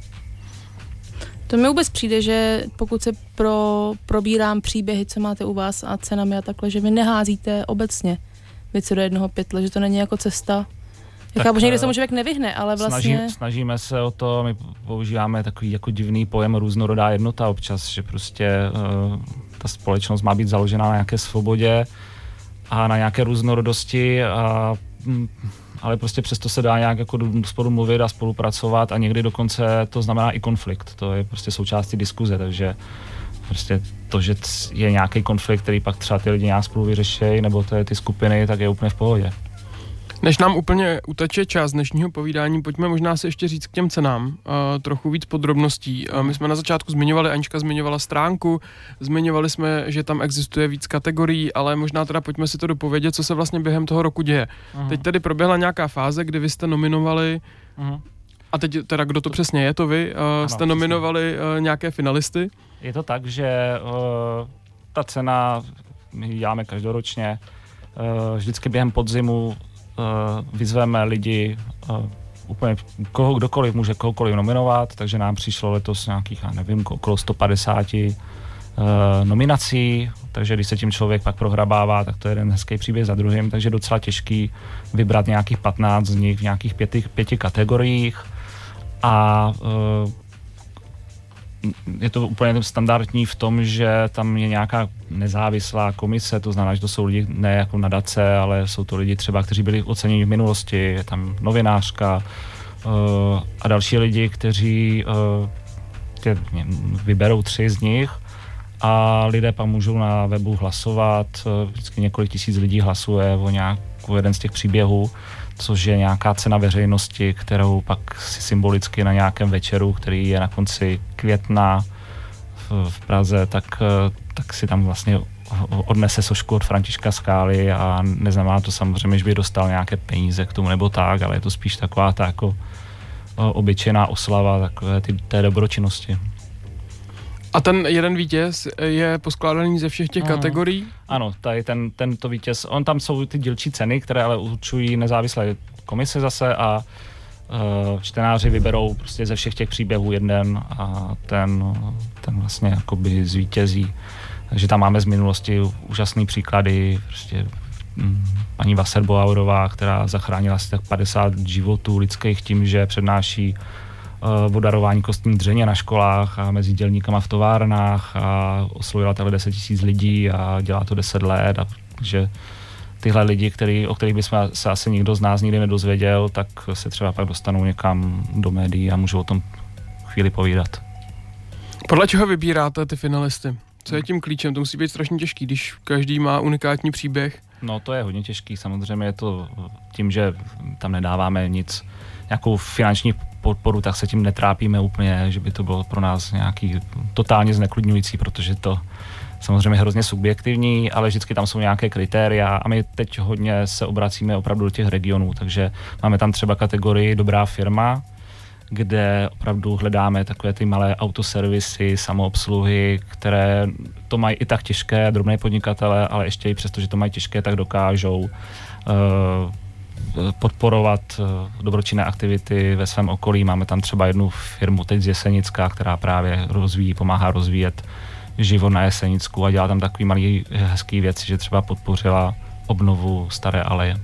To mi vůbec přijde, že pokud se probírám příběhy, co máte u vás a cenami a takhle, že vy neházíte obecně věci do jednoho pytle, že to není jako cesta. Chápu, že někde se mu člověk nevyhne, ale vlastně... Snažíme se o to, my používáme takový jako divný pojem různorodá jednota občas, že prostě ta společnost má být založena na nějaké svobodě a na nějaké různorodosti, ale prostě přesto se dá nějak jako spolu mluvit a spolupracovat a někdy dokonce to znamená i konflikt, to je prostě součástí diskuze, takže prostě to, že je nějaký konflikt, který pak třeba ty lidi nějak spolu vyřešejí, nebo to je ty skupiny, tak je úplně v pohodě. Než nám úplně uteče čas dnešního povídání, pojďme možná si ještě říct k těm cenám trochu víc podrobností. My jsme na začátku zmiňovali, Anička zmiňovala stránku, zmiňovali jsme, že tam existuje víc kategorií, ale možná teda pojďme si to dopovědět, co se vlastně během toho roku děje. Teď tedy proběhla nějaká fáze, kdy vy jste nominovali, a teď teda kdo to přesně je, to vy, jste nominovali nějaké finalisty? Je to tak, že ta cena, my ji děláme každoročně, vždycky během podzimu vyzveme lidi úplně kdokoliv může kohokoliv nominovat, takže nám přišlo letos nějakých, já nevím, okolo 150 nominací, takže když se tím člověk pak prohrabává, tak to je jeden hezký příběh za druhým, takže docela těžký vybrat nějakých 15 z nich v nějakých 5 kategoriích a je to úplně standardní v tom, že tam je nějaká nezávislá komise, to znamená, že to jsou lidi ne jako nadace, ale jsou to lidi třeba, kteří byli oceněni v minulosti, je tam novinářka a další lidi, kteří vyberou 3 z nich a lidé pak můžou na webu hlasovat, vždycky několik tisíc lidí hlasuje o jeden z těch příběhů, což je nějaká cena veřejnosti, kterou pak si symbolicky na nějakém večeru, který je na konci května v Praze, tak si tam vlastně odnese sošku od Františka Skály a neznamená to samozřejmě, že by dostal nějaké peníze k tomu nebo tak, ale je to spíš taková ta jako obyčejná oslava takové té dobročinnosti. A ten jeden vítěz je poskládaný ze všech těch kategorií? Ano, tady tento vítěz, tam jsou ty dílčí ceny, které ale určují nezávislé komise zase a čtenáři vyberou prostě ze všech těch příběhů jeden a ten vlastně jakoby zvítězí. Takže tam máme z minulosti úžasný příklady, prostě paní Wasserbauerová, která zachránila asi tak 50 životů lidských tím, že přednáší o darování kostní dřeně na školách a mezi dělníkama v továrnách a oslovila takhle 10 000 lidí a dělá to 10 let a že tyhle lidi, o kterých bychom se asi nikdo z nás nikdy nedozvěděl, tak se třeba pak dostanou někam do médií a můžou o tom chvíli povídat. Podle čeho vybíráte ty finalisty? Co je tím klíčem? To musí být strašně těžký, když každý má unikátní příběh. No to je hodně těžký, samozřejmě je to tím, že tam nedáváme nic, nějakou finanční podporu, tak se tím netrápíme úplně, že by to bylo pro nás nějaký totálně zneklidňující, protože to samozřejmě hrozně subjektivní, ale vždycky tam jsou nějaké kritéria a my teď hodně se obracíme opravdu do těch regionů, takže máme tam třeba kategorii dobrá firma, kde opravdu hledáme takové ty malé autoservisy, samoobsluhy, které to mají i tak těžké, drobné podnikatele, ale ještě i přesto, že to mají těžké, tak dokážou podporovat dobročinné aktivity ve svém okolí. Máme tam třeba jednu firmu teď z Jesenicka, která právě pomáhá rozvíjet život na Jesenicku a dělá tam takový malý hezký věci, že třeba podpořila obnovu staré aleje.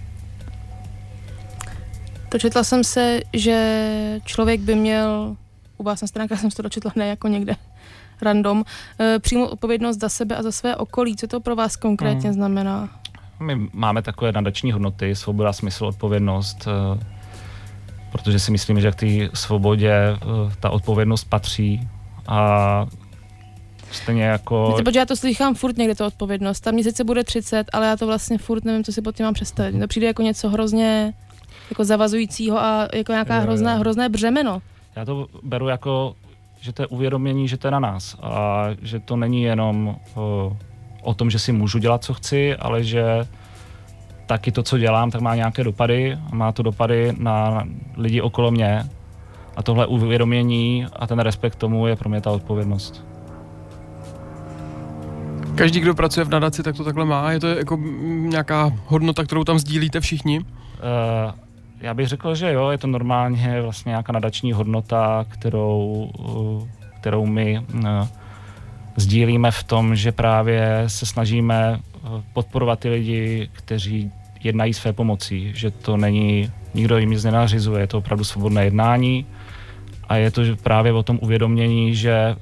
Dočetla jsem se, že člověk by měl, u vás na stránkách jsem se to dočetla, ne jako někde random, přijmout odpovědnost za sebe a za své okolí. Co to pro vás konkrétně znamená? My máme takové nadační hodnoty, svoboda, smysl, odpovědnost, protože si myslíme, že k té svobodě ta odpovědnost patří a stejně jako... Protože já to slychám furt někde, to odpovědnost. Tam mě sice bude 30, ale já to vlastně furt nevím, co si pod tím mám představit. To přijde jako něco hrozně jako zavazujícího a jako nějaká hrozné břemeno. Já to beru jako, že to je uvědomění, že to je na nás a že to není jenom o tom, že si můžu dělat, co chci, ale že taky to, co dělám, tak má nějaké dopady a má to dopady na lidi okolo mě a tohle uvědomění a ten respekt tomu je pro mě ta odpovědnost. Každý, kdo pracuje v nadaci, tak to takhle má? Je to jako nějaká hodnota, kterou tam sdílíte všichni? Já bych řekl, že jo, je to normálně vlastně nějaká nadační hodnota, kterou my sdílíme v tom, že právě se snažíme podporovat ty lidi, kteří jednají své pomocí, že to není, nikdo jim nic nenařizuje, je to opravdu svobodné jednání a je to právě o tom uvědomění, že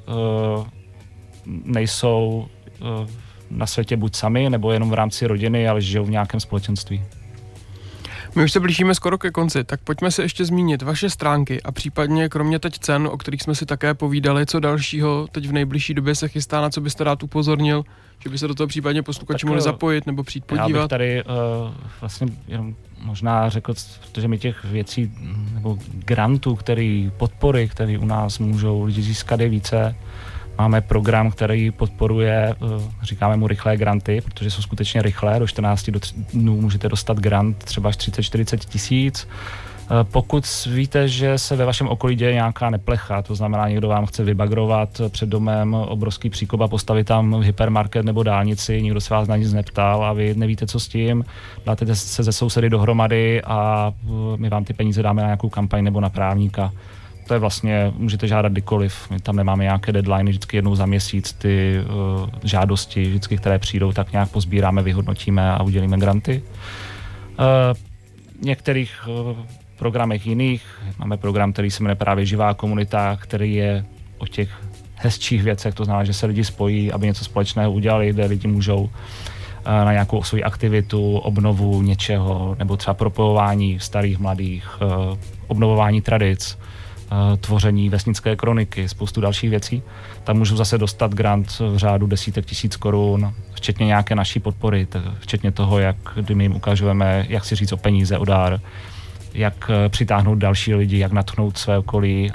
nejsou na světě buď sami, nebo jenom v rámci rodiny, ale žijou v nějakém společenství. My už se blížíme skoro ke konci, tak pojďme se ještě zmínit vaše stránky a případně kromě teď cen, o kterých jsme si také povídali, co dalšího teď v nejbližší době se chystá, na co byste rád upozornil, že by se do toho případně posluchači mohli zapojit nebo přijít podívat. Já bych tady vlastně jenom možná řekl, protože my těch věcí nebo grantů, podpory, které u nás můžou lidi získat je více. Máme program, který podporuje, říkáme mu rychlé granty, protože jsou skutečně rychlé, do 14 dnů můžete dostat grant třeba až 30-40 tisíc. Pokud víte, že se ve vašem okolí děje nějaká neplecha, to znamená, někdo vám chce vybagrovat před domem obrovský příkop a postavit tam hypermarket nebo dálnici, nikdo se vás na nic neptal a vy nevíte, co s tím, dáte se ze sousedy dohromady a my vám ty peníze dáme na nějakou kampaň nebo na právníka. To je vlastně, můžete žádat kdykoliv, my tam nemáme nějaké deadline, vždycky jednou za měsíc ty žádosti, vždycky, které přijdou, tak nějak pozbíráme, vyhodnotíme a udělíme granty. Některých programech jiných. Máme program, který se jmenuje právě Živá komunita, který je o těch hezčích věcech, to znamená, že se lidi spojí, aby něco společného udělali, kde lidi můžou na nějakou svou aktivitu, obnovu něčeho, nebo třeba propojování starých, mladých, obnovování tradic, tvoření vesnické kroniky, spoustu dalších věcí. Tam můžu zase dostat grant v řádu desítek tisíc korun, včetně nějaké naší podpory, včetně toho, kdy my jim ukážeme, jak si říct o peníze, o dár, jak přitáhnout další lidi, jak natchnout své okolí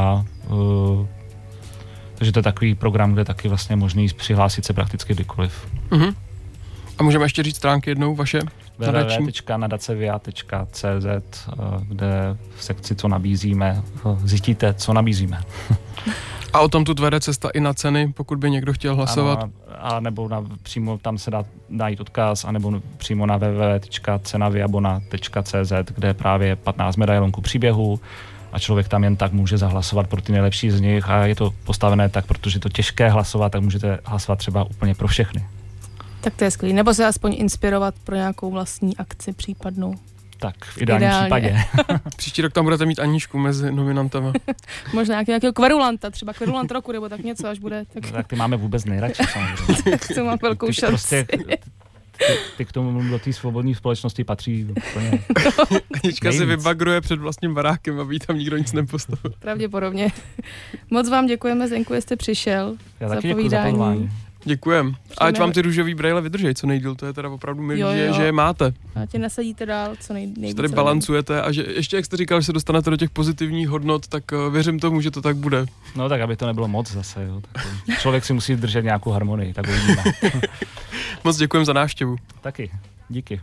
takže to je takový program, kde taky vlastně možný přihlásit se prakticky kdykoliv. Uh-huh. A můžeme ještě říct stránky jednou vaše? www.nadacevia.cz, kde v sekci co nabízíme, zjistíte, co nabízíme. A o tom tu vede cesta i na ceny, pokud by někdo chtěl hlasovat? Ano, a nebo přímo tam se dá najít odkaz, anebo přímo na www.cenaviabona.cz, kde je právě 15 medailonků příběhů a člověk tam jen tak může zahlasovat pro ty nejlepší z nich a je to postavené tak, protože je to těžké hlasovat, tak můžete hlasovat třeba úplně pro všechny. Tak to je skvělý. Nebo se aspoň inspirovat pro nějakou vlastní akci případnou. Tak, v ideálním případě. Příští rok tam budete mít Aničku mezi nominantama. Možná nějakého kverulanta, třeba kverulant roku, nebo tak něco, až bude. Tak ty máme vůbec nejradši, samozřejmě. To má velkou šanci. Prostě, ty k tomu do té svobodné společnosti patří úplně. Anička si vybagruje před vlastním barákem, aby tam nikdo nic nepostavil. Pravděpodobně. Moc vám děkujeme, Zdenku, že jste přišel. Já taky děkuji za pozvání. Děkujem. A ať vám ty růžový brejle vydržej co nejdýl, to je teda opravdu milý, že je máte. A tě nasadíte dál co nejvíce. Že tady balancujete a že ještě, jak jste říkal, že se dostanete do těch pozitivních hodnot, tak věřím tomu, že to tak bude. No tak, aby to nebylo moc zase, jo. Tak člověk si musí držet nějakou harmonii, tak uvidíme. Moc děkujem za návštěvu. Taky, díky.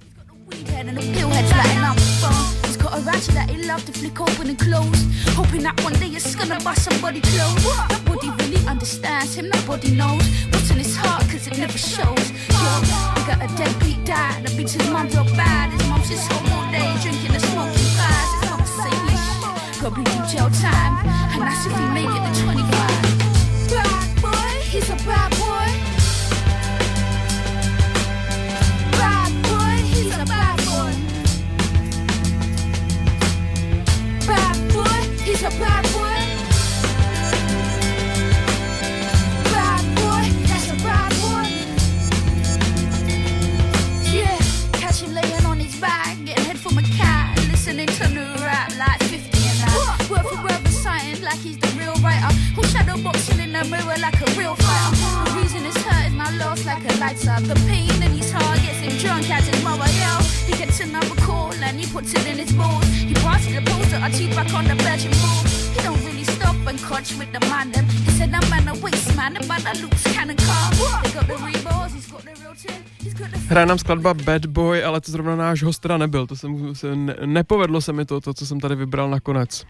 Got a ratchet that he loved to flick open and close, hoping that one day it's gonna bust somebody close. Nobody really understands him, nobody knows what's in his heart, cause it never shows. Yo, we got a deadbeat dad, that beats his mum real bad. His mum's just home all day, drinking and smoking pies. His mum say he's probably do jail time, and that's if he make it to 25. Bad boy, he's a bad boy. Bad boy, he's a bad boy. Bad boy, he's a bad boy. Bad boy, that's a bad boy. Yeah, catch him laying on his back, getting head from a cat, listening to new rap like 50 and that. Word for word reciting like he's the real writer, who shadow boxing in the mirror like a real fighter. The reason his hurt is now lost like a lighter. The pain in his heart gets him drunk as his mother yell. He gets another call and he puts it in his balls. He passes the poster, I cheat back on the virgin ball. He don't really stop and crutch with the man them. He said I'm man a waste man, the man that looks cannon car. They got the reballs, he's got the real tin. Hraje nám skladba Bad Boy, ale to zrovna náš host teda nebyl. To nepovedlo se mi to, co jsem tady vybral nakonec.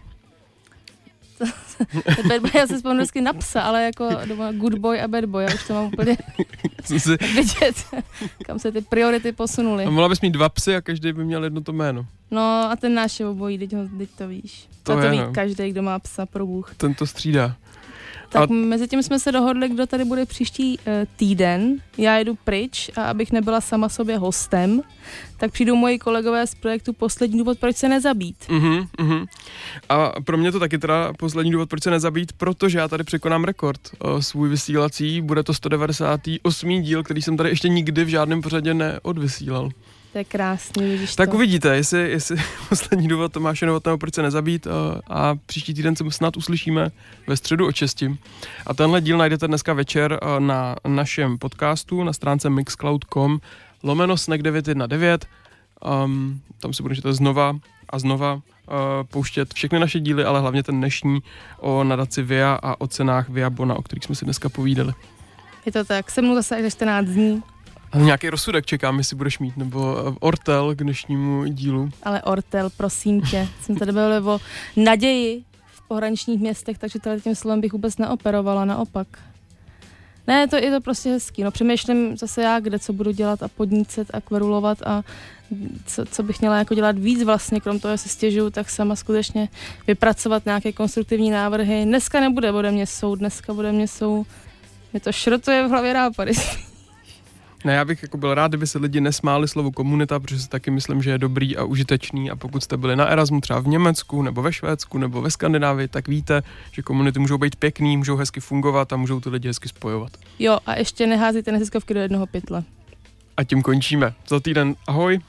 Bad Boy, já se vzpomínám vždycky na psa, ale jako doma Good Boy a Bad Boy, já už to mám úplně vidět, kam se ty priority posunuly. A mohla bys mít 2 psy a každý by měl jedno to jméno. No a ten náš je obojí, teď to víš. To ví každý, kdo má psa, pro Bůh. Ten to střídá. Tak mezi tím jsme se dohodli, kdo tady bude příští týden. Já jedu pryč a abych nebyla sama sobě hostem, tak přijdou moji kolegové z projektu Poslední důvod, proč se nezabít. A pro mě to taky teda poslední důvod, proč se nezabít, protože já tady překonám rekord svůj vysílací. Bude to 198. díl, který jsem tady ještě nikdy v žádném pořadě neodvysílal. To je krásný, vidíš tak to. Uvidíte, jestli poslední důvod Tomáše Novotného, proč se nezabít, a příští týden se snad uslyšíme ve středu od 6. A tenhle díl najdete dneska večer na našem podcastu na stránce mixcloud.com/snack919. Tam si budete znova a znova pouštět všechny naše díly, ale hlavně ten dnešní o nadaci VIA a o cenách VIA Bona, o kterých jsme si dneska povídali. Je to tak, se mnou zase až za 14 dní. Ale nějaký rozsudek čekám, jestli budeš mít, nebo ortel k dnešnímu dílu. Ale ortel, prosím tě, jsem tady byla o naději v pohraničních městech, takže tady tím slovem bych vůbec neoperovala, naopak. Ne, je to prostě hezký. No, přemýšlím zase já, kde co budu dělat a podnícet a kverulovat a co bych měla jako dělat víc vlastně, krom toho, že se stěžuju, tak sama skutečně vypracovat nějaké konstruktivní návrhy. Dneska nebude ode mě soud, mě to šrotuje v hlavě nápady. Ne, já bych jako byl rád, kdyby se lidi nesmáli slovu komunita, protože si taky myslím, že je dobrý a užitečný a pokud jste byli na Erasmu třeba v Německu nebo ve Švédsku nebo ve Skandinávii, tak víte, že komunity můžou být pěkný, můžou hezky fungovat a můžou ty lidi hezky spojovat. Jo, a ještě neházíte neziskovky do jednoho pytle. A tím končíme. Za týden ahoj.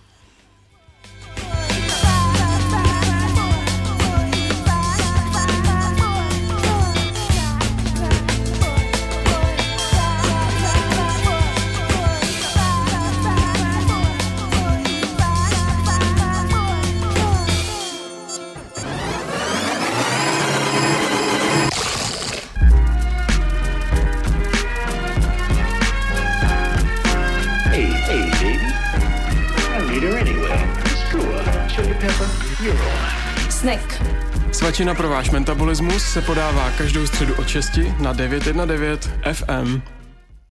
Snack. Svačina pro váš metabolismus se podává každou středu od 6 na 919 FM.